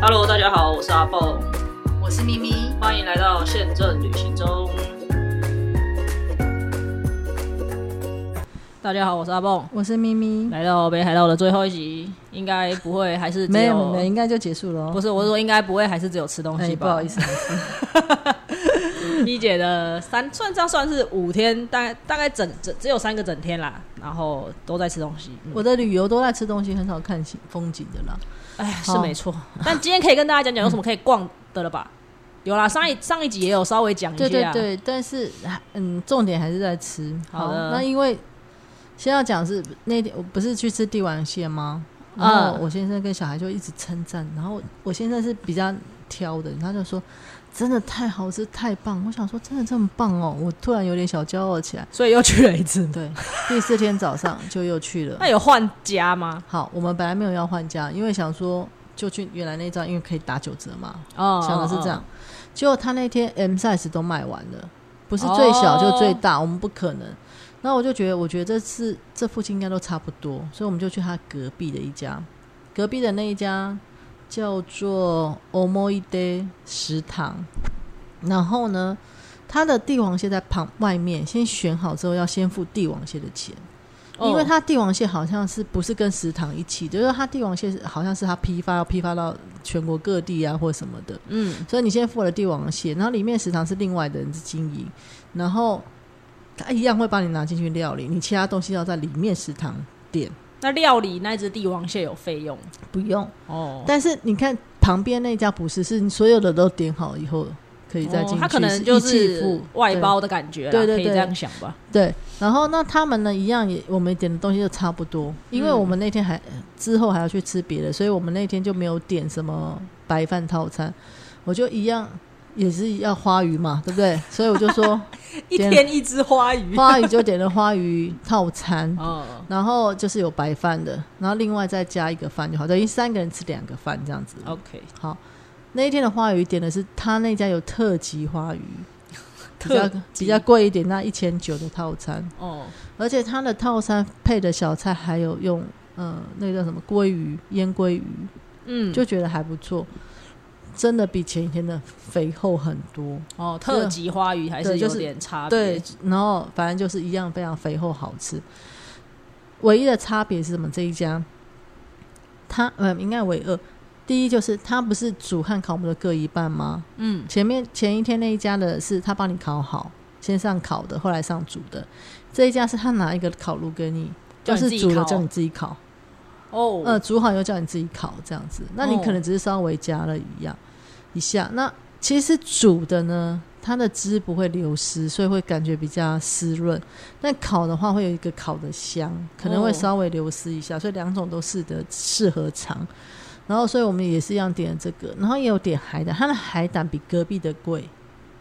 Hello， 大家好，我是阿蹦， 我是咪咪， 欢迎来到宪政旅行中。大家好，我是阿蹦， 我是咪咪。 来到北海道的最后一集，应该不会还是只有没有，应该就结束了。 不是，我是说应该不会还是只有吃东西吧？ 不好意思， 咪姐的这样算是5天，大概只有3个整天啦，然后都在吃东西。 我的旅游都在吃东西，很少看风景的啦。 哎，是没错。但今天可以跟大家讲讲有什么可以逛的了吧？有啦，上一集也有稍微讲一下。 对，但是重点还是在吃。 好的， 那因为先要讲是那天我不是去吃帝王蟹吗？然后我先生跟小孩就一直称赞，然后我先生是比较挑的，他就说真的太好吃太棒。我想说真的这么棒哦，我突然有点小骄傲起来， 所以又去了一次。 对，第4天早上就又去了。 那有换家吗？ 好，我们本来没有要换家，因为想说就去原来那张，因为可以打9折嘛。想的是这样。结果他那天 M size 都卖完了，不是最小就最大，我们不可能。然后我觉得这附近应该都差不多，所以我们就去他隔壁的一家，隔壁的那一家叫做 Omoide 食堂。然后呢，他的帝王蟹在外面先选好之后，要先付帝王蟹的钱。因为他帝王蟹好像是不是跟食堂一起，就是他帝王蟹好像是他要批发到全国各地啊或什么的，所以你先付了帝王蟹，然后里面食堂是另外的人经营，然后他一样会帮你拿进去料理，你其他东西要在里面食堂点。 那料理那只帝王蟹有费用？ 不用但是你看旁边那家不是你所有的都点好以后可以再进去， 他可能就是外包的感觉啦， 对， 可以这样想吧。 对，然后那他们呢一样我们点的东西就差不多，因为我们那天之后还要去吃别的，所以我们那天就没有点什么白饭套餐，我就一样也是要花鱼嘛，对不对？所以我就说一天一只花鱼， 花鱼就点了花鱼套餐然后就是有白饭的，然后另外再加1个饭就好，等于3个人吃2个饭这样子。 OK， 好，那一天的花鱼点的是他那家有特级花鱼，比较贵一点，那1900的套餐而且他的套餐配的小菜还有用那个叫什么鲑鱼，腌鲑鱼，就觉得还不错，真的比前一天的肥厚很多特级花鱼还是有点差别， 对，然后反正就是一样非常肥厚好吃。唯一的差别是什么？这一家它应该唯二，第一就是它不是煮和烤模的各一半吗？前一天那一家的是他帮你烤好，先上烤的，后来上煮的。这一家是他拿一个烤炉给你，就是煮了叫你自己烤。煮好又叫你自己烤这样子。那你可能只是稍微加了一下。那其实煮的呢，它的汁不会流失，所以会感觉比较湿润。但烤的话会有一个烤的香，可能会稍微流失一下，所以2种都适合尝。然后所以我们也是一样点了这个，然后也有点海胆，它的海胆比隔壁的贵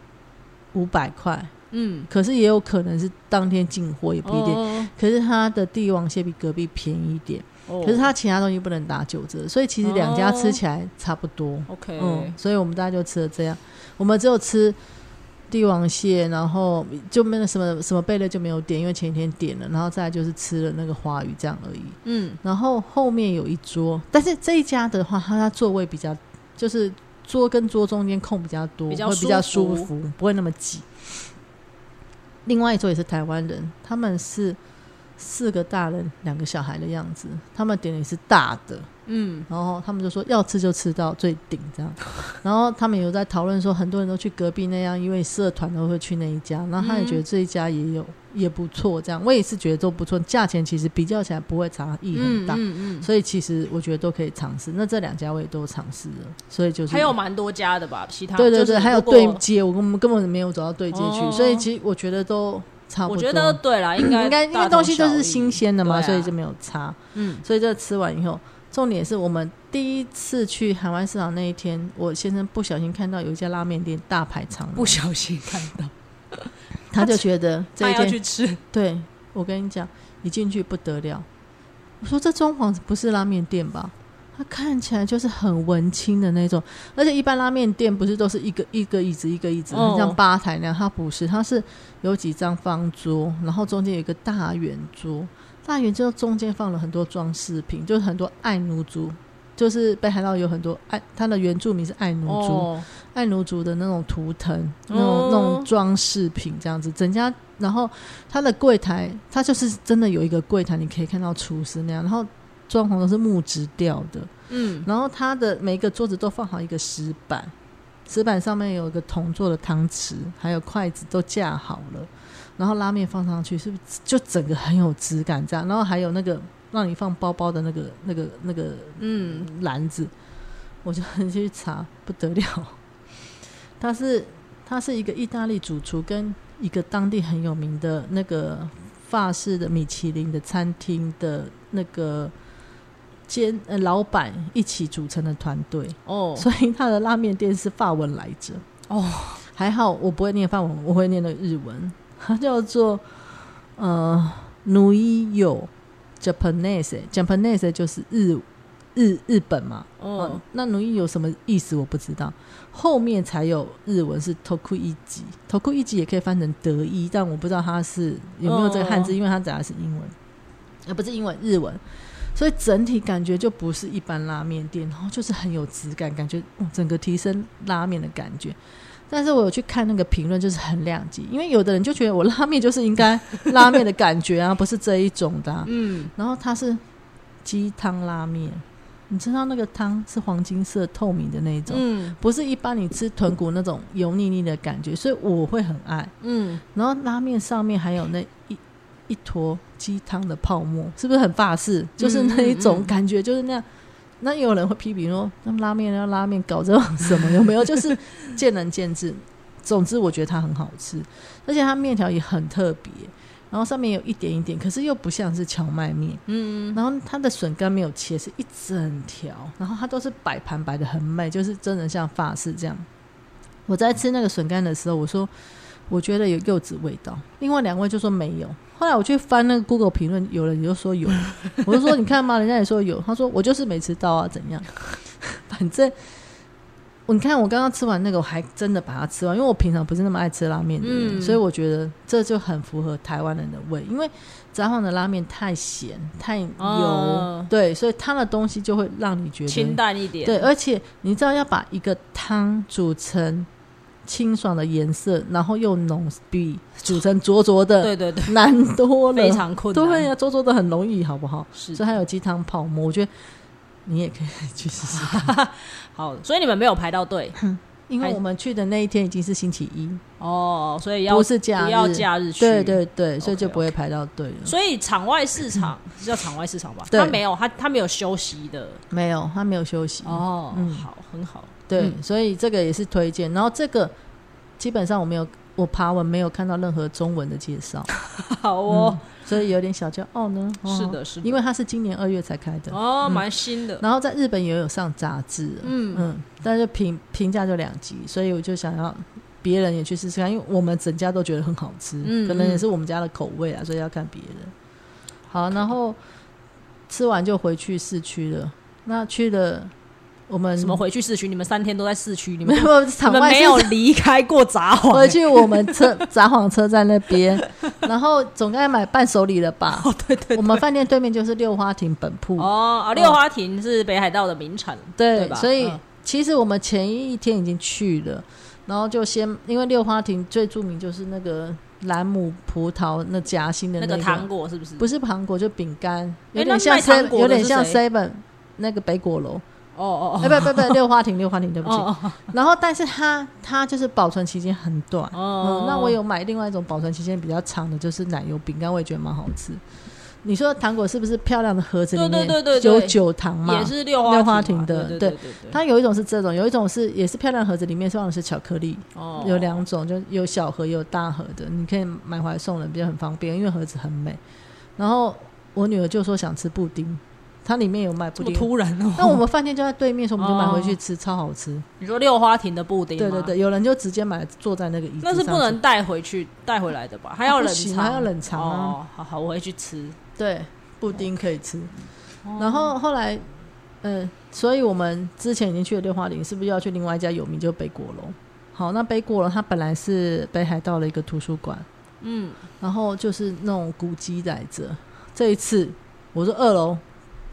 500块，可是也有可能是当天进货，也不一定。可是它的帝王蟹比隔壁便宜一点，可是它其他东西不能打9折，所以其实2家吃起来差不多。 OK， 所以我们大家就吃了这样，我们只有吃帝王蟹，然后就没有什么贝类就没有点，因为前一天点了，然后再来就是吃了那个花鱼这样而已。然后后面有一桌，但是这一家的话，它座位比较就是桌跟桌中间空比较多，会比较舒服，不会那么挤。另外一桌也是台湾人，他们是4个大人2个小孩的样子，他们点的也是大的。然后他们就说要吃就吃到最顶这样，然后他们有在讨论说很多人都去隔壁那样，因为社团都会去那一家，然后他也觉得这一家也不错这样，我也是觉得都不错，价钱其实比较起来不会差异很大，所以其实我觉得都可以尝试。那这2家我也都尝试了，所以就是还有蛮多家的吧，其他对，还有对接，我们根本没有走到对接去，所以其实我觉得都差不多。 我觉得对啦，应该因为东西都是新鲜的嘛，所以就没有差。所以这吃完以后，重点是我们第一次去海湾市场那一天，我先生不小心看到有一家拉面店大排长龙， 不小心看到他就觉得这一天他要去吃。 对，我跟你讲，一进去不得了，我说这装潢不是拉面店吧？它看起来就是很文青的那种，而且一般拉面店不是都是一个椅子一个椅子，很像吧台那样，它不是，它是有几张方桌，然后中间有一个大圆桌，大圆桌中间放了很多装饰品，就是很多爱奴族就是北海道有很多它的原住民是爱奴族，爱奴族的那种图腾，那种装饰品这样子，整家。然后它的柜台，它就是真的有一个柜台，你可以看到厨师那样，然后装潢都是木质调的，然后它的每一个桌子都放好一个石板，石板上面有一个铜做的汤匙，还有筷子都架好了，然后拉面放上去，是不是就整个很有质感这样？然后还有那个让你放包包的那个篮子，我就去查，不得了，它是一个意大利主厨跟一个当地很有名的那个法式的米其林的餐厅的那个老板一起组成的团队所以他的拉面店是法文来着还好我不会念法文，我会念那个日文，它叫做Nuiyo Japanese 就是日本嘛那奴役有什么意思我不知道，后面才有日文是 Tokuiji 也可以翻成德意，但我不知道它是有没有这个汉字因为它讲的是英文不是英文，日文，所以整体感觉就不是一般拉面店，然后就是很有质感，感觉整个提升拉面的感觉。但是我有去看那个评论，就是很两极，因为有的人就觉得我拉面就是应该拉面的感觉啊不是这一种的然后它是鸡汤拉面，你知道那个汤是黄金色透明的那一种不是一般你吃豚骨那种油腻腻的感觉，所以我会很爱然后拉面上面还有那一坨鸡汤的泡沫，是不是很法式，就是那一种感觉就是那样那也有人会批评说拉面要拉面搞这种什么有没有就是见仁见智，总之我觉得它很好吃，而且它面条也很特别，然后上面有一点一点，可是又不像是荞麦面然后它的笋干没有切，是一整条，然后它都是摆盘摆得很美，就是真的像法式这样。我在吃那个笋干的时候我说我觉得有柚子味道，另外两位就说没有，后来我去翻那个 Google 评论，有人就说有我就说你看嘛人家也说有，他说我就是没吃到啊怎样反正你看我刚刚吃完那个我还真的把它吃完，因为我平常不是那么爱吃拉面的人所以我觉得这就很符合台湾人的胃，因为札幌的拉面太咸太油对，所以它的东西就会让你觉得清淡一点， 对，而且你知道要把一个汤煮成清爽的颜色，然后又浓比煮成浊浊的对对对难多了， 非常困难， 对啊浊浊的很容易好不好， 是所以还有鸡汤泡沫，我觉得你也可以去试试看好，所以你们没有排到队因为我们去的那一天已经是星期一所以不是假日， 不要假日去， 对对对，所以就不会排到队了。 所以场外市场是叫场外市场吧？ 对， 他没有休息的， 没有，他没有休息好，很好， 对所以这个也是推荐。然后这个基本上我爬文没有看到任何中文的介绍好所以有点小骄傲呢是的是的， 因为它是今年2月才开的蛮新的， 然后在日本也有上杂志但是评价就2级，所以我就想要别人也去试试看，因为我们整家都觉得很好吃可能也是我们家的口味所以要看别人。好，然后吃完就回去市区了，那去了我们什么回去市区？你们3天都在市区，你们没有离开过札幌回去我们札幌车站那边然后总该买伴手礼了吧对对对， 我们饭店对面就是六花亭本铺六花亭是北海道的名产 对吧？ 所以其实我们前一天已经去了，然后就先因为六花亭最著名就是那个兰姆葡萄那夹心的那个糖果，是不是？ 不是糖果就饼干，有点像 7那个北果楼不六花亭对不起然后但是它就是保存期间很短那我有买另外一种保存期间比较长的，就是奶油饼干，我也觉得蛮好吃。你说糖果是不是漂亮的盒子里面有酒糖嘛？ 也是六花亭的对它有一种是这种，有一种是也是漂亮盒子里面放的是巧克力有2种，就有小盒也有大盒的，你可以买回来送人比较很方便，因为盒子很美。然后我女儿就说想吃布丁，它里面有卖布丁， 这么突然那我们饭店就在对面，所以我们就买回去吃超好吃。 你说六花亭的布丁吗？ 对对对，有人就直接买坐在那个椅子上， 那是不能带回来的吧？还要冷藏还要冷藏好我会去吃。 对，布丁可以吃然后后来所以我们之前已经去了六花亭，是不是要去另外一家有名，就北果楼。好，那北果楼它本来是北海道的一个图书馆然后就是那种古迹来着。这一次我说2楼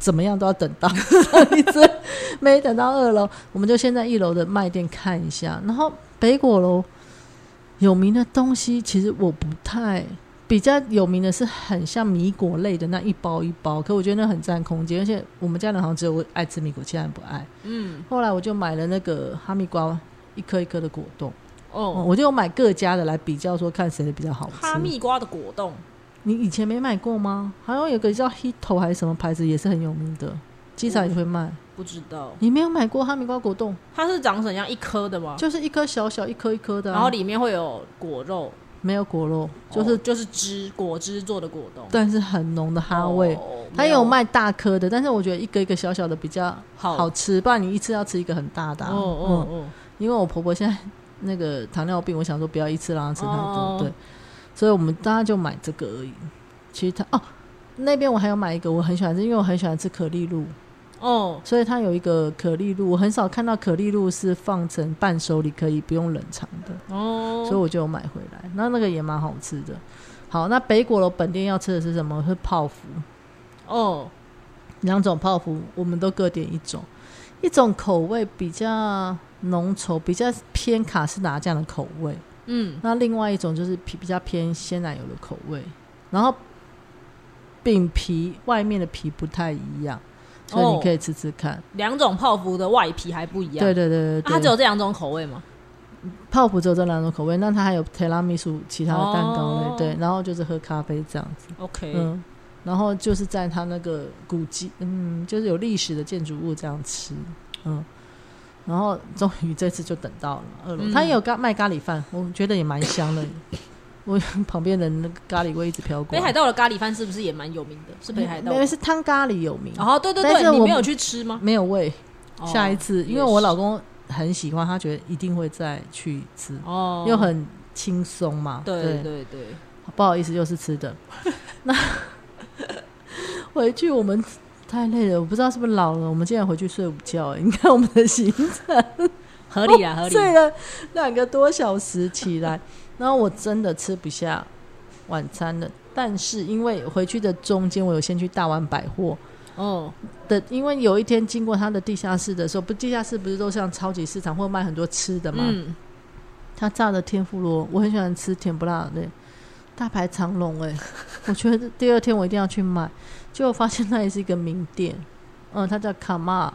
怎么样都要等到上一次没等到2楼，我们就先在1楼的卖店看一下。然后北果楼有名的东西其实我不太，比较有名的是很像米果类的那一包一包，可我觉得那很占空间，而且我们家人好像只有我爱吃米果，其他人不爱。后来我就买了那个哈密瓜一颗一颗的果冻。我就有买各家的来比较，说看谁的比较好吃。 哈密瓜的果冻， 你以前没买过吗？好像有个叫 Hito 还是什么牌子，也是很有名的，机场也会卖。 不知道， 你没有买过哈密瓜果冻？ 它是长怎样一颗的吗？ 就是一颗小小一颗一颗的， 然后里面会有果肉。 没有果肉， 就是果汁做的果冻， 但是很浓的哈味。它有卖大颗的，但是我觉得一个一个小小的比较好吃，不然你一次要吃一个很大的。因为我婆婆现在那个糖尿病，我想说不要一次让她吃太多，对，所以我们大家就买这个而已。其他那边我还有买一个我很喜欢吃，因为我很喜欢吃可丽露。所以它有一个可丽露，我很少看到可丽露是放成伴手礼可以不用冷藏的，所以我就有买回来。那个也蛮好吃的。好，那北果楼本店要吃的是什么？是泡芙。2种泡芙我们都各点1种，一种口味比较浓稠，比较偏卡士达酱的口味。那另外一种就是比较偏鲜奶油的口味，然后饼皮外面的皮不太一样，所以你可以吃吃看。 2种泡芙的外皮还不一样。 对对对对对。 它只有这2种口味吗？ 泡芙只有这2种口味，那它还有提拉米苏其他的蛋糕类，对，然后就是喝咖啡这样子。 OK。 然后就是在它那个古迹，就是有历史的建筑物这样吃，然后终于这次就等到了2楼，它也有卖咖喱饭，我觉得也蛮香的。我旁边的那个咖喱味一直飘过来。 北海道的咖喱饭是不是也蛮有名的？是北海道的？ 没有，是汤咖喱有名。 对对对，你没有去吃吗？ 没有喂，下一次，因为我老公很喜欢，他觉得一定会再去吃，又很轻松嘛。 对对对， 不好意思，又是吃的。那回去我们太累了，我不知道是不是老了，我们竟然回去睡午觉。你看我们的行程合理啊，合理。 睡了2个多小时起来，然后我真的吃不下晚餐了。但是因为回去的中间，我有先去大丸百货因为有一天经过他的地下室的时候，地下室不是都像超级市场或卖很多吃的吗？他炸的天妇罗，我很喜欢吃甜不辣的，大排长龙我觉得第2天我一定要去买。结果发现那也是一个名店，它叫卡玛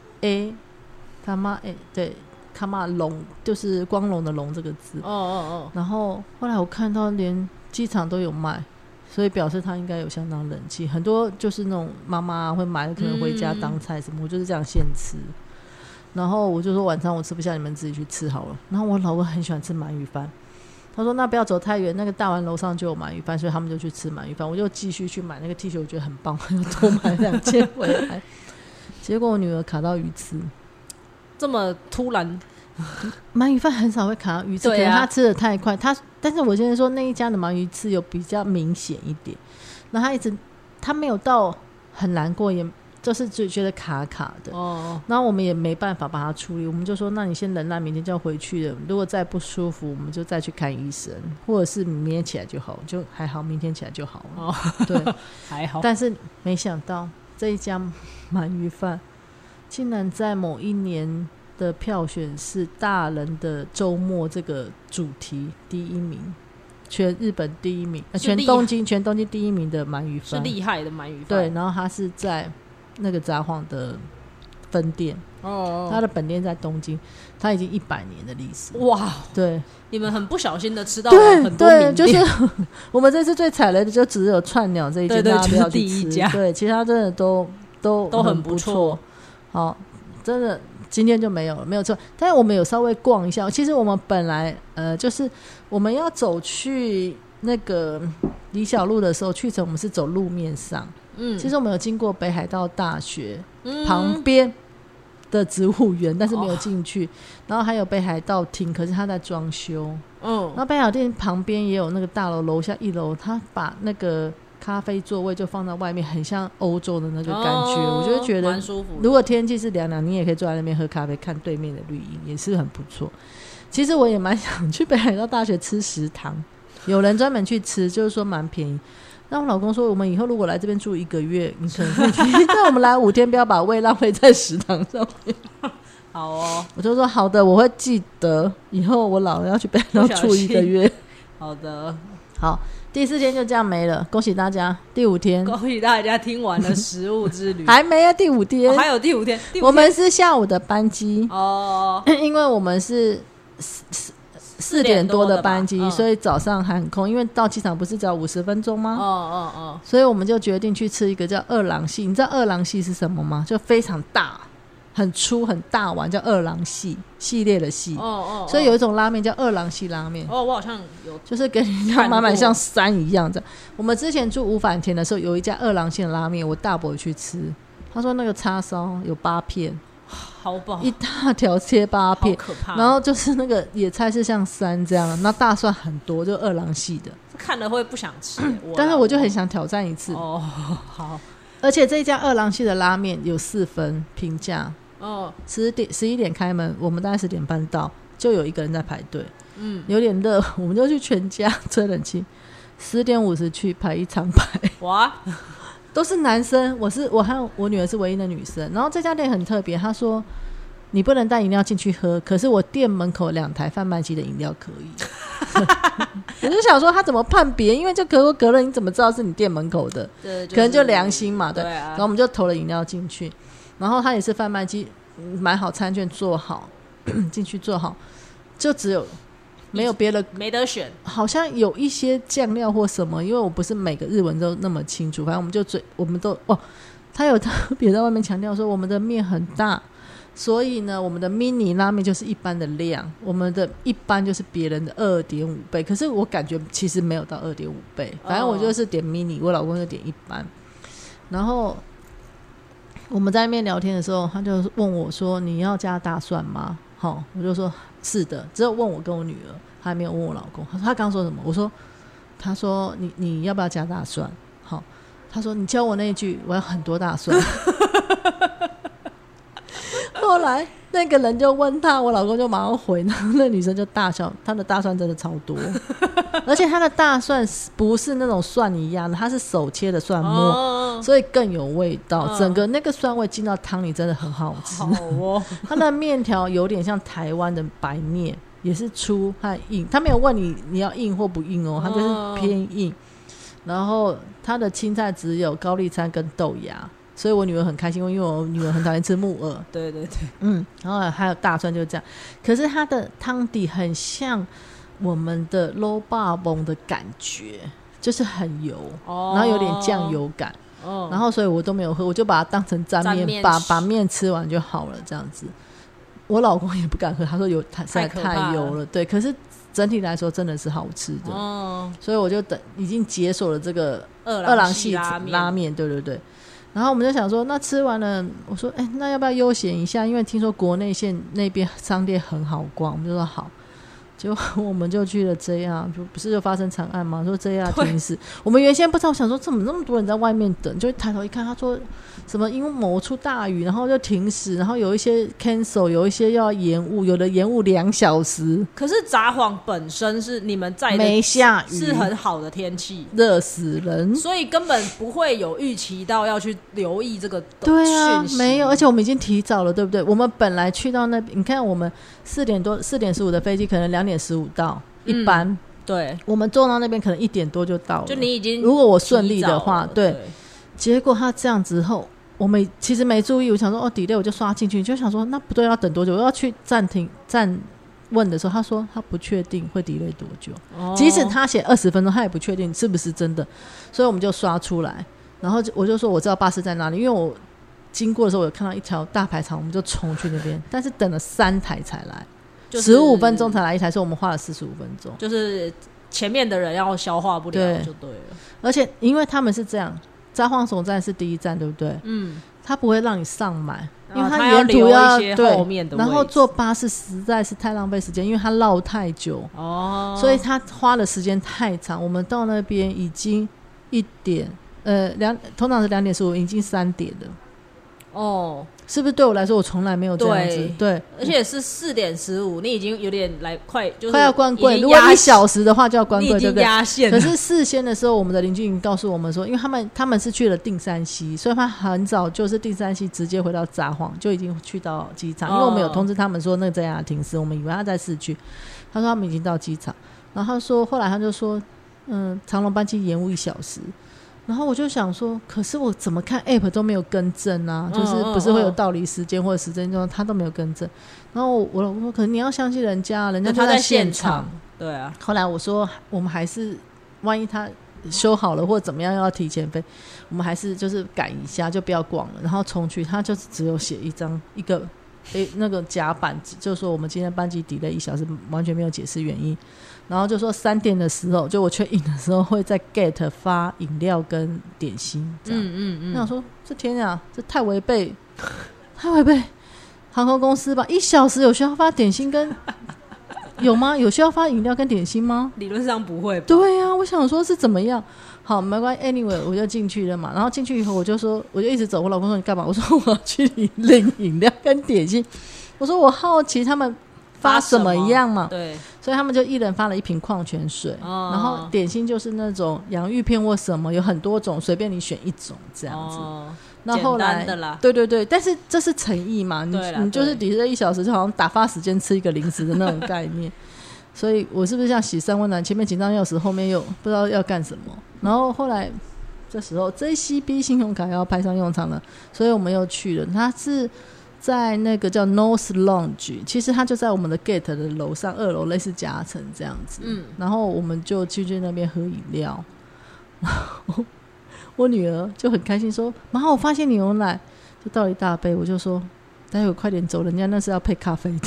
A， 卡玛 A， 对，卡玛龙就是光荣的龙这个字。然后后来我看到连机场都有卖，所以表示它应该有相当人气，很多就是那种妈妈会买，可能回家当菜什么，我就是这样现吃。然后我就说晚餐我吃不下，你们自己去吃好了。然后我老公很喜欢吃鳗鱼饭，他说那不要走太远，那个大丸楼上就有鳗鱼饭，所以他们就去吃鳗鱼饭。我就继续去买那个 T 恤，我觉得很棒，又多买2件回来。结果我女儿卡到鱼刺， 这么突然。 鳗鱼饭很少会卡到鱼刺，可能她吃的太快。但是我现在说那一家的鳗鱼刺有比较明显一点，那她没有到很难过，也就是只觉得卡卡的。然后我们也没办法把它处理，我们就说那你先忍耐，明天就要回去了，如果再不舒服我们就再去看医生，或者是明天起来就好，就还好，明天起来就好了。对， 还好。 但是没想到这一家鳗鱼饭竟然在某一年的票选是大人的周末这个主题第1名，全日本第1名，全东京第1名的鳗鱼饭， 是厉害的鳗鱼饭。 对，然后它是在那个札幌的分店，它的本店在东京，它已经100年的历史。哇，对， 你们很不小心的吃到了很多名店。 对，就是我们这次最踩雷的就只有串鸟这一间， 对， 大家不要去吃。 就是第一家， 对，其他真的都很不错。好，真的今天就没有了，没有错。但是我们有稍微逛一下，其实我们本来就是我们要走去那个李小璐的时候，去程我们是走路面上。其实我们有经过北海道大学旁边的植物园，但是没有进去。然后还有北海道厅，可是它在装修。然后北海道厅旁边也有那个大楼，楼下1楼，他把那个咖啡座位就放在外面，很像欧洲的那个感觉。我就觉得蛮舒服。 如果天气是凉凉，你也可以坐在那边喝咖啡，看对面的绿荫，也是很不错。其实我也蛮想去北海道大学吃食堂，有人专门去吃，就是说蛮便宜。 那我老公说，我们以后如果来这边住1个月，你可能会去但我们来5天，不要把胃浪费在食堂上面。 好哦， 我就说好的，我会记得，以后我老了要去北海道住1个月。 好的， 好，第4天就这样没了，恭喜大家。第5天， 恭喜大家听完了食物之旅。 还没啊，第5天、 还有第5天， 我们是下午的班机哦， 因为我们是4点多的班机，所以早上还很空，因为到机场不是只要50分钟吗？所以我们就决定去吃一个叫二郎系。你知道二郎系是什么吗？就非常大很粗很大碗，叫二郎系系列的系。所以有一种拉面叫二郎系拉面。 我好像有，就是给你看满满像山一样的。我们之前住五反田的时候，有一家二郎系的拉面，我大伯去吃，他说那个叉烧有8片。 好饱， 一大条切8片， 好可怕。 然后就是那个野菜是像山这样，那大蒜很多，就二郎系的， 看了会不想吃。 但是我就很想挑战一次。 好。 而且这一家二郎系的拉面有4分评价。11点开门，我们大概10点半到，就有1个人在排队。有点热，我们就去全家吹冷气。10点50去排一长排。哇！都是男生，我和我女儿是唯一的女生。然后这家店很特别，他说你不能带饮料进去喝，可是我店门口2台贩卖机的饮料可以。我就想说他怎么判别，因为就可口可乐你怎么知道是你店门口的？对，可能就良心嘛。对啊。然后我们就投了饮料进去，然后他也是贩卖机，买好餐券做好进去做好，就只有没有别的， 没得选， 好像有一些酱料或什么，因为我不是每个日文都那么清楚，反正我们都他有特别在外面强调说我们的面很大，所以呢我们的 mini 拉面就是一般的量，我们的一般就是别人的 2.5 倍，可是我感觉其实没有到 2.5 倍，反正我就是点 mini， 我老公就点一般。然后我们在那边聊天的时候，他就问我说你要加大蒜吗？我就说是的，只有问我跟我女儿，他还没有问我老公。他刚说什么？他说你要不要加大蒜？好，他说你教我那一句，我要很多大蒜。后来那个人就问他，我老公就马上回，然后那女生就大笑，他的大蒜真的超多，而且他的大蒜不是那种蒜一样的，他是手切的蒜末，所以更有味道，整个那个蒜味进到汤里真的很好吃。他的面条有点像台湾的白面，也是粗和硬，他没有问你要硬或不硬哦，他就是偏硬。然后他的青菜只有高丽菜跟豆芽，所以我女儿很开心，因为我女儿很讨厌吃木耳。 对对对， 然后还有大蒜就是这样。可是它的汤底很像我们的肉霸崩的感觉，就是很油，然后有点酱油感。然后所以我都没有喝，我就把它当成沾面，把面吃完就好了这样子。我老公也不敢喝，他说实在太油了。对，可是整体来说真的是好吃的。所以我就已经解锁了这个二郎系拉面。对对对。然后我们就想说那吃完了，我说那要不要悠闲一下，因为听说国内线那边商店很好逛，我们就说好。结果我们就去了 JR， 不是就发生惨案吗？说 JR 停驶，我们原先不知道，我想说怎么那么多人在外面等，就抬头一看，他说什么因为某处大雨，然后就停驶，然后有一些 cancel， 有一些要延误，有的延误2小时。 可是札幌本身是你们在的没下雨， 是很好的天气， 热死人， 所以根本不会有预期到要去留意这个对啊，没有，而且我们已经提早了，对不对？我们本来去到那边，你看我们4点15的飞机，可能2点15到，一般对， 我们坐到那边可能1点多就到了， 就你已经如果我顺利的话，对。结果他这样之后，我们其实没注意，我想说delay， 我就刷进去，就想说那不对，要等多久？我要去站问的时候，他说他不确定会 delay 多久，即使他写20分钟，他也不确定是不是真的，所以我们就刷出来，然后我就说我知道巴士在哪里，因为我经过的时候我有看到一条大排长，我们就冲去那边，但是等了3台才来。15分钟才来一台，所以我们花了45分钟， 就是前面的人要消化不了就对了。 而且因为他们是这样，札幌总站是第一站，对不对？他不会让你上满，因为他沿途要留一些后面的位置， 然后坐巴士实在是太浪费时间，因为他绕太久所以他花的时间太长。我们到那边已经1点，通常是2点15，已经3点了。 哦， 是不是对我来说我从来没有这样子？对， 而且是4:15，你已经有点快，就是快要关柜。如果1小时的话就要关柜，对不对？ 压线了。 可是事先的时候，我们的邻居已经告诉我们说，因为他们是去了定山溪，所以他很早就是定山溪直接回到札幌，就已经去到机场。因为我们有通知他们说那个在亚停尸，我们以为他在市区。他说他们已经到机场，然后他说后来他就说，长龙班机延误1小时。然后我就想说，可是我怎么看 app 都没有更正啊，就是不是会有到离时间或者时间中他都没有更正。然后我老公说，可是你要相信人家，人家就在现场。对啊。 后来我说，我们还是万一他修好了或者怎么样要提前飞，我们还是就是赶一下，就不要逛了。然后重去，他就只有写一个那个甲板，就说我们今天班机 delay 1小时，完全没有解释原因。然后就说3点的时候，就我check in的时候会在 gate 发饮料跟点心这样。我想说这天啊，这太违背航空公司吧？1小时有需要发点心跟有吗？有需要发饮料跟点心吗？ 理论上不会吧。 对啊，我想说是怎么样。好，没关系 ，anyway 我就进去了嘛。然后进去以后我就一直走，我老公说你干嘛？我说我要去领饮料跟点心。我说我好奇他们发什么样嘛？对，所以他们就一人发了1瓶矿泉水，然后点心就是那种洋芋片或什么，有很多种，随便你选一种这样子。那后来简单的啦， 对，但是这是诚意嘛？你就是抵这1小时，就好像打发时间吃一个零食的那种概念。所以我是不是像喜山温暖，前面紧张钥匙，后面又不知道要干什么？然后后来这时候 JCB 信用卡要派上用场了，所以我们又去了。它是在那个叫 North Lounge， 其实它就在我们的 gate 的楼上2楼，类似夹层这样子。然后我们就去那边喝饮料，然后我女儿就很开心说：“妈，我发现牛奶。”就倒了1大杯，我就说：“待会快点走，人家那是要配咖啡的。”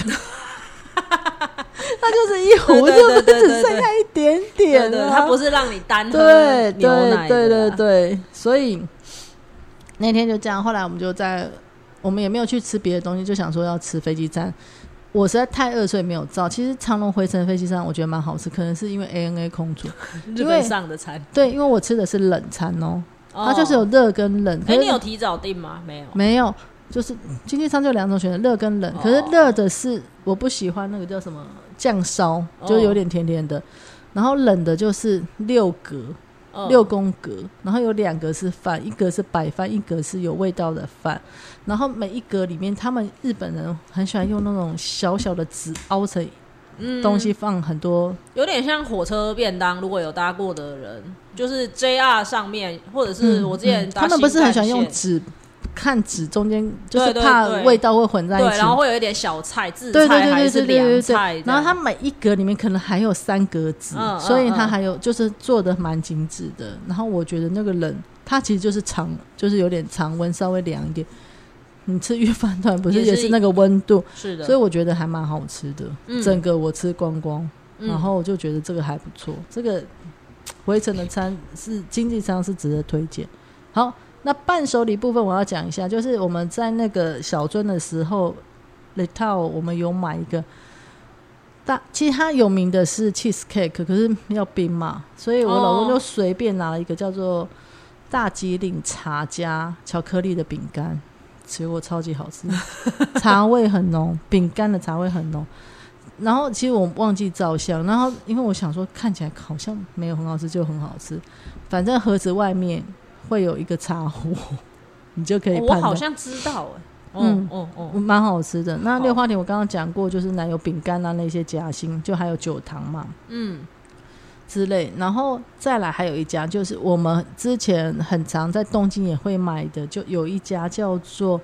它就是一壶，就只剩下一点点了。 它不是让你单喝牛奶的。 对，所以那天就这样。后来我们也没有去吃别的东西，就想说要吃飞机餐。我实在太饿，所以没有照。其实长龙回程飞机餐我觉得蛮好吃，可能是因为 ANA 空厨日本上的餐。 对，因为我吃的是冷餐它就是有热跟冷。 你有提早订吗？ 没有，就是经济舱就2种选择，热跟冷。可是热的是我不喜欢那个叫什么酱烧，就有点甜甜的。然后冷的就是6宫格，然后有2格是饭，一格是白饭，一格是有味道的饭。然后每一格里面，他们日本人很喜欢用那种小小的纸凹成东西，放很多， 有点像火车便当。如果有搭过的人，就是 JR 上面，或者是我之前搭他们不是很喜欢用纸。看纸中间就是怕味道会混在一起， 对，然后会有一点小菜，自菜还是凉菜， 然后它每一格里面可能还有3格纸，所以它还有就是做的蛮精致的。然后我觉得那个冷，它其实就是有点常温，稍微凉一点。你吃御饭团不是也是那个温度？是的，所以我觉得还蛮好吃的。整个我吃光光，然后我就觉得这个还不错。这个回程的餐是经济舱是值得推荐。好。那伴手礼部分我要讲一下，就是我们在那个小樽的时候 Letao 我们有买一个其实它有名的是 cheese cake， 可是要冰嘛，所以我老公就随便拿了一个叫做大吉岭茶加巧克力的饼干，结果超级好吃茶味很浓，饼干的茶味很浓。然后其实我忘记照相，然后因为我想说看起来好像没有很好吃，就很好吃。反正盒子外面会有一个茶壶，你就可以判断。 我好像知道蛮好吃的。那六花田我刚刚讲过，就是奶油饼干啊那些夹心，就还有酒糖嘛，之类。然后再来还有一家，就是我们之前很常在东京也会买的，就有一家叫做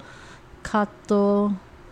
Cado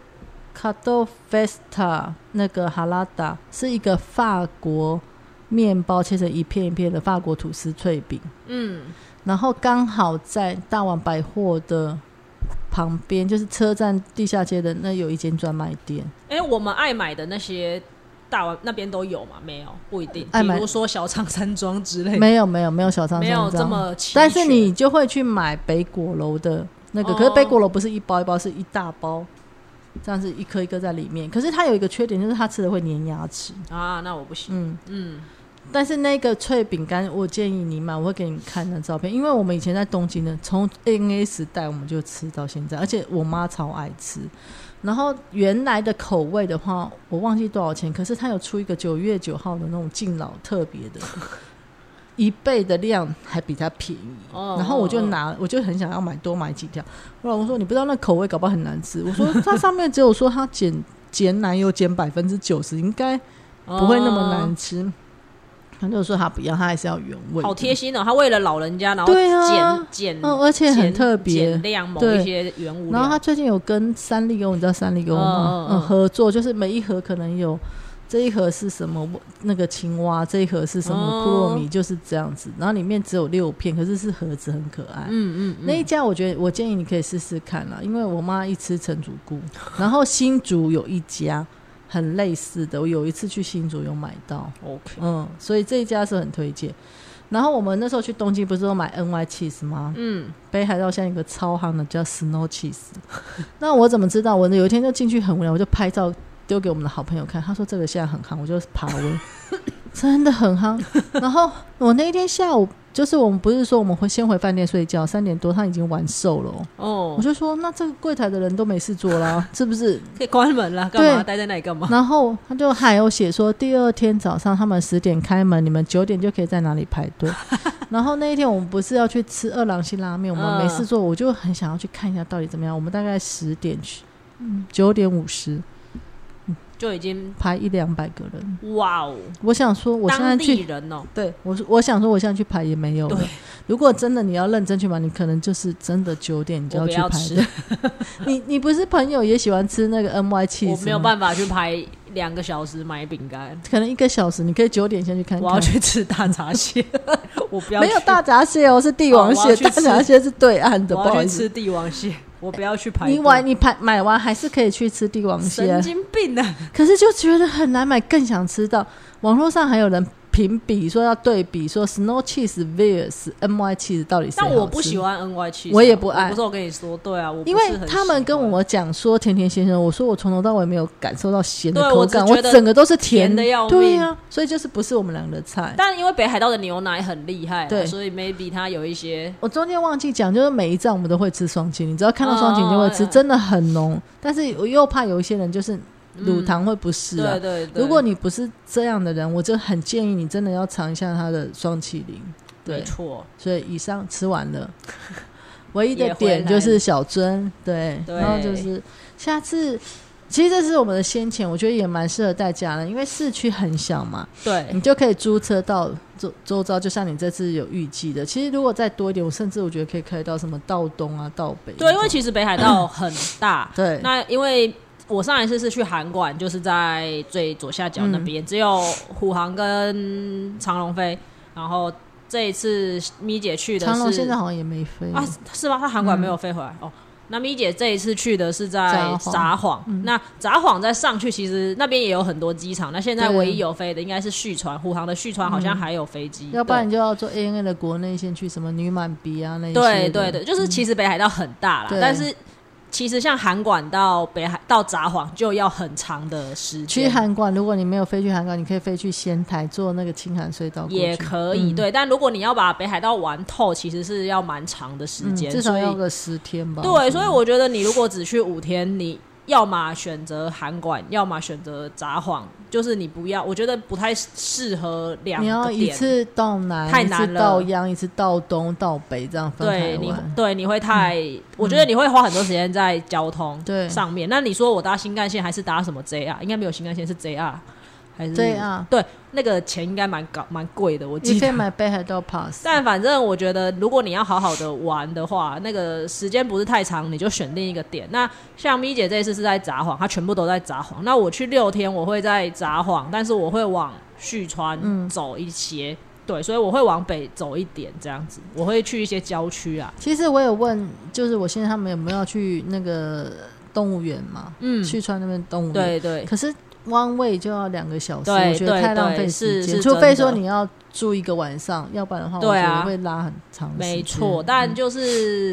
Festa 那个哈拉达，是一个法国面包切成一片一片的法国吐司脆饼。然后刚好在大丸百货的旁边，就是车站地下街的那有一间专卖店。 我们爱买的那些大丸那边都有吗？没有，不一定。比如说小仓山庄之类的， 没有小仓山庄， 没有这么齐全。 但是你就会去买北果楼的那个，可是北果楼不是一包一包，是一大包，这样子一颗一颗在里面。可是它有一个缺点，就是它吃的会粘牙齿啊，那我不行。 但是那个脆饼干我建议你买，我会给你看那照片，因为我们以前在东京的，从 ANA 时代我们就吃到现在，而且我妈超爱吃。然后原来的口味的话我忘记多少钱，可是它有出一个9月9号的那种敬老特别的1倍的量还比它便宜，然后我就我就很想要多买几条。我老公说你不知道那口味搞不好很难吃，我说它上面只有说它减奶油减90%，应该不会那么难吃。他就说他不要，他还是要原味。 好贴心哦，他为了老人家，然后减而且很特别， 减量某一些原物料。 然后他最近有跟三丽鸥，你知道三丽鸥吗？合作，就是每一盒可能有这一盒是什么那个青蛙，这一盒是什么库洛米，就是这样子。然后里面只有6片，可是是盒子很可爱。那一家我建议你可以试试看啦，因为我妈一吃陈竹菇，然后新竹有一家。很类似的，我有一次去新竹有买到 OK， 所以这一家是很推荐。然后我们那时候去东京不是都买 NY cheese 吗？北海道现在有一个超夯的叫 Snow cheese 那我怎么知道？我有一天就进去很无聊，我就拍照丢给我们的好朋友看，他说这个现在很夯，我就爬文真的很夯。然后我那一天下午就是我们不是说我们会先回饭店睡觉，3点多他已经完售了我就说那这个柜台的人都没事做啦是不是可以关门啦，干嘛待在那里干嘛？ 然后他就还有写说第二天早上他们10点开门，你们9点就可以在哪里排队然后那一天我们不是要去吃二郎系拉面，我们没事做，我就很想要去看一下到底怎么样。我们大概10点去9点50 就已经排100-200个人。 哇哦！ 我想说我现在去当地人哦， 对，我想说我现在去排也没有了。如果真的你要认真去买，你可能就是真的9点你就要去排的你不是朋友也喜欢吃那个 NY cheese 我没有办法去排2个小时买饼干， 可能1个小时，你可以9点先去看看。 我要去吃大闸蟹我不要没有大闸蟹是帝王蟹大闸蟹是对岸的， 我要去吃帝王蟹，我不要去排队。 你买完还是可以去吃帝王蟹， 神经病啊！ 可是就觉得很难买，更想吃到。网络上还有人评比说要对比说 Snow cheese vs NY cheese 到底谁好吃。 但我不喜欢 NY cheese， 我也不爱。 不是我跟你说，对啊，我不是因很为他们跟我讲说甜甜咸咸，我说我从头到尾没有感受到咸的口感， 我整个都是甜的要命。 对啊，所以就是不是我们两个的菜。 但因为北海道的牛奶很厉害，对，所以 maybe 它有一些。 我中间忘记讲，就是每一站我们都会吃双麒麟，只要看到双麒麟就会吃，真的很浓。但是我又怕有一些人就是乳糖会不适啊， 对， 如果你不是这样的人，我就很建议你真的要尝一下它的双麒麟。 没错， 所以以上吃完了唯一的点就是小樽，对，然后就是下次其实这是我们的先前，我觉得也蛮适合带家人，因为市区很小嘛， 对， 你就可以租车到周遭，就像你这次有预计的。其实如果再多一点，我甚至我觉得可以开到什么道东啊、道北。 对，因为其实北海道很大， 对， 那因为我上一次是去函馆，就是在最左下角那边，只有虎航跟长龙飞，然后这一次咪姐去的是长龙现在好像也没飞啊，是吗？他函馆没有飞回来、哦。那咪姐这一次去的是在札幌，那札幌再上去，其实那边也有很多机场。那现在唯一有飞的应该是旭川，虎航的旭川好像还有飞机、 要不然你就要坐 ANA 的国内线去什么女满鼻啊那些。 对对对，就是其实北海道很大啦，但是其实像函馆到札幌就要很长的时间。 去函馆，如果你没有飞去函馆，你可以飞去仙台坐那个青函隧道过去也可以、对。但如果你要把北海道玩透，其实是要蛮长的时间、 至少要个10天吧。 对，所以我觉得你如果只去5天，你要么选择函馆，要么选择札幌，就是你不要，我觉得不太适合2个点。 你要一次到南， 太难了， 一次到央，一次到东到北，这样分开玩。 对，你会太，我觉得你会花很多时间在交通上面。那你说我搭新干线还是搭什么 JR？ 应该没有新干线，是 JR 还是 JR？ 对，那个钱应该蛮贵的，我记得。 你可以买北海道 Pass。 但反正我觉得，如果你要好好的玩的话，那个时间不是太长，你就选定一个点。那像咪姐这一次是在札幌，她全部都在札幌。那我去6天，我会在札幌，但是我会往旭川走一些。对，所以我会往北走一点，这样子，我会去一些郊区啊。 其实我有问，就是我现在他们有没有要去那个动物园嘛？旭川那边动物园， 对。 可是one way就要2个小时， 我觉得太浪费时间。除非说你要住1个晚上，要不然的话，我觉得会拉很长时间。 没错，但就是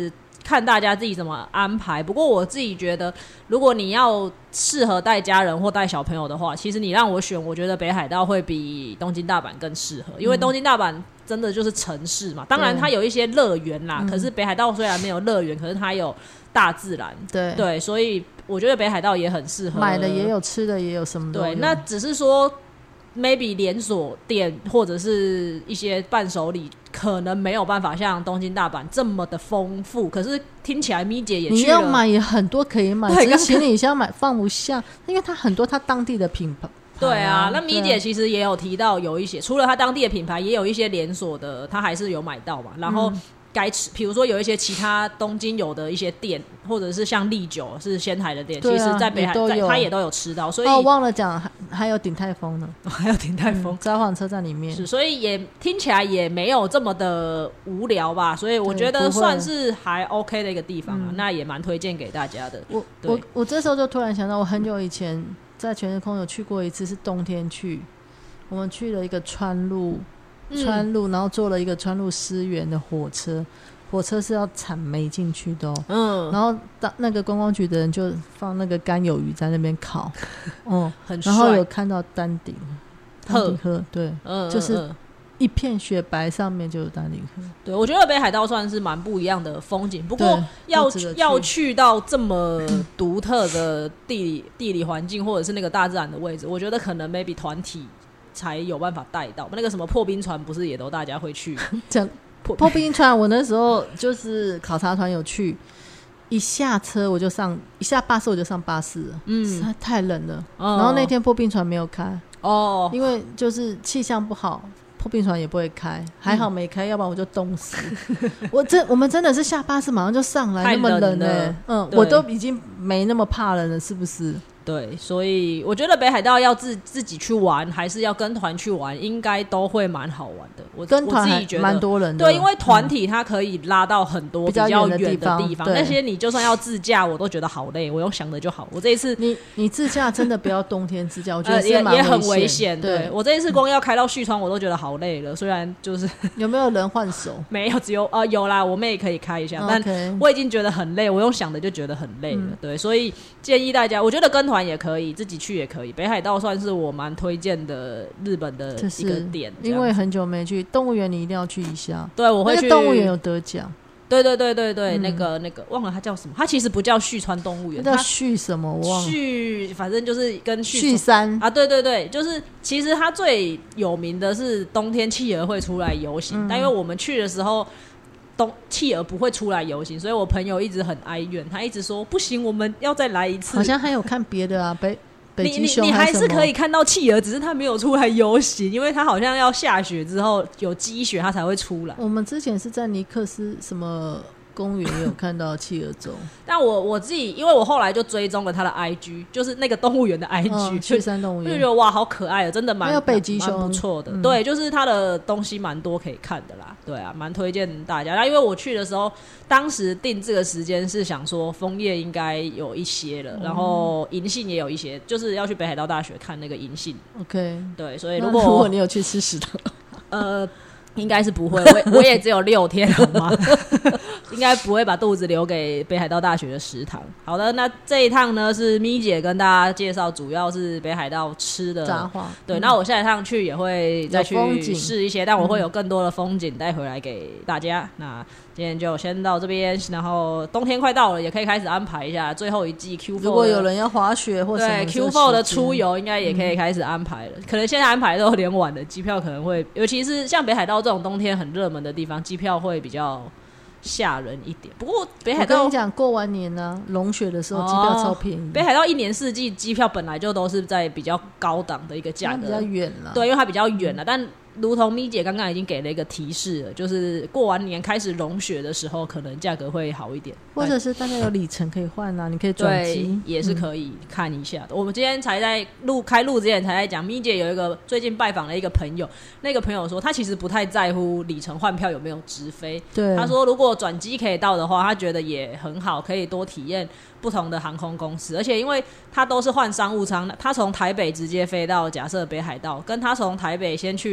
看大家自己怎么安排。不过我自己觉得，如果你要适合带家人或带小朋友的话，其实你让我选，我觉得北海道会比东京大阪更适合，因为东京大阪真的就是城市嘛，当然它有一些乐园啦，可是北海道虽然没有乐园，可是它有大自然，对，所以我觉得北海道也很适合， 买的也有，吃的也有，什么都有。 对，那只是说 maybe 连锁店或者是一些伴手礼可能没有办法像东京大阪这么的丰富，可是听起来咪姐也去了， 你要买也很多可以买，只是行李箱买放不下，因为它很多它当地的品牌。 对啊，那咪姐其实也有提到有一些，除了它当地的品牌，也有一些连锁的，它还是有买到嘛。然后该吃，比如说有一些其他东京有的一些店，或者是像利久是仙台的店，其实在北海它也都有吃到。所以忘了讲，还有鼎泰丰呢， 还有鼎泰丰， 札幌车站里面是，所以也听起来也没有这么的无聊吧。所以我觉得算是还 OK 的一个地方啊，那也蛮推荐给大家的。 我这时候就突然想到，我很久以前在全日空有去过一次，是冬天去，我们去了一个川路，然后坐了一个川路思源的火车是要产煤进去的然后那个观光局的人就放那个干鱿鱼在那边烤很帅， 然后有看到丹顶鹤，对，就是一片雪白，上面就有丹顶鹤。 对，我觉得北海道算是蛮不一样的风景，不过要去到这么独特的地理环境或者是那个大自然的位置，我觉得可能 maybe 团体才有办法带到。那个什么破冰船不是也都大家会去讲破冰船，我那时候就是考察团有去，一下车我就上，一下巴士我就上巴士了，实在太冷了。然后那天破冰船没有开因为就是气象不好，破冰船也不会开，还好没开，要不然我就冻死。我们真的是下巴士马上就上来，那么冷我都已经没那么怕冷了，是不是？ 对，所以我觉得北海道要自己去玩，还是要跟团去玩，应该都会蛮好玩的。我自己觉得蛮多人的，对，因为团体它可以拉到很多比较远的地方，那些你就算要自驾，我都觉得好累。我用想的就好。我这一次你自驾真的不要冬天自驾，我觉得也很危险。对，我这一次光要开到旭川，我都觉得好累了。虽然就是有没有人换手？ 没有，只有有啦，我妹可以开一下，但我已经觉得很累，我用想的就觉得很累了。对，所以建议大家，我觉得跟团也可以，自己去也可以。北海道算是我蛮推荐的日本的一个点， 因为很久没去动物园，你一定要去一下。 对，我会去。 动物园有得奖。 对，那个忘了它叫什么，它其实不叫旭川动物园， 它叫旭什么我忘了。 反正就是跟旭山啊，对，就是其实它最有名的是冬天企鹅会出来游行，但因为我们去的时候。企鹅不会出来游行，所以我朋友一直很哀怨，他一直说不行，我们要再来一次。 好像还有看别的啊，北极熊你还是可以看到企鹅，只是他没有出来游行，因为他好像要下雪之后有积雪，他才会出来。 我们之前是在尼克斯什么公园也有看到企鹅钟， 但我自己，因为我后来就追踪了他的 IG， 就是那个动物园的 IG， 旭山动物园， 就觉得哇，好可爱的，真的还有北极熊不错的，对，就是他的东西蛮多可以看的啦，对啊，蛮推荐大家。那因为我去的时候，当时定这个时间是想说枫叶应该有一些了，然后银杏也有一些，就是要去北海道大学看那个银杏。 OK， 对，所以如果你有去吃食堂， 应该是不会，我也只有6天好吗？应该不会把肚子留给北海道大学的食堂。好的，那这一趟呢是咪姐跟大家介绍，主要是北海道吃的札幌。 对，那我下一趟去也会再去试一些，但我会有更多的风景带回来给大家。那今天就先到这边，然后冬天快到了，也可以开始安排一下最后一季 Q4。 如果有人要滑雪或什么对 Q4 的出游，应该也可以开始安排了。可能现在安排都有点晚了，机票可能会，尤其是像北海道这种冬天很热门的地方，机票会比较吓人一点。不过北海道，我跟你讲，过完年呢，融雪的时候机票超便宜。 北海道一年四季机票本来就都是在比较高档的一个价格， 比较远了。 对，因为它比较远了，但如同咪姐刚刚已经给了一个提示了，就是过完年开始融雪的时候，可能价格会好一点， 或者是大家有里程可以换啊，你可以转机， 也是可以看一下的。我们今天才在开录之前才在讲，咪姐有一个最近拜访了一个朋友，那个朋友说他其实不太在乎里程换票有没有直飞， 对， 他说如果转机可以到的话，他觉得也很好，可以多体验不同的航空公司，而且因为他都是换商务舱，他从台北直接飞到假设北海道，跟他从台北先去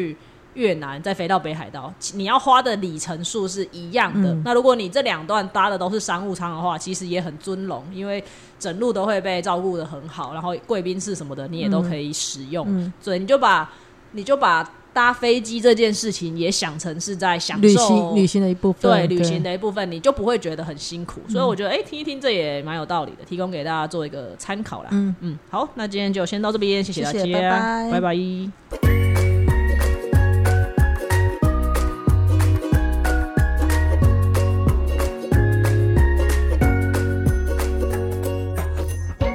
越南再飞到北海道，你要花的里程数是一样的。那如果你这2段搭的都是商务舱的话，其实也很尊荣，因为整路都会被照顾得很好，然后贵宾室什么的你也都可以使用。所以你就把搭飞机这件事情也想成是在享受旅行的一部分， 对，旅行的一部分，你就不会觉得很辛苦。所以我觉得听一听这也蛮有道理的，提供给大家做一个参考啦。好，那今天就先到这边，谢谢大家， 谢谢，拜拜。 拜拜。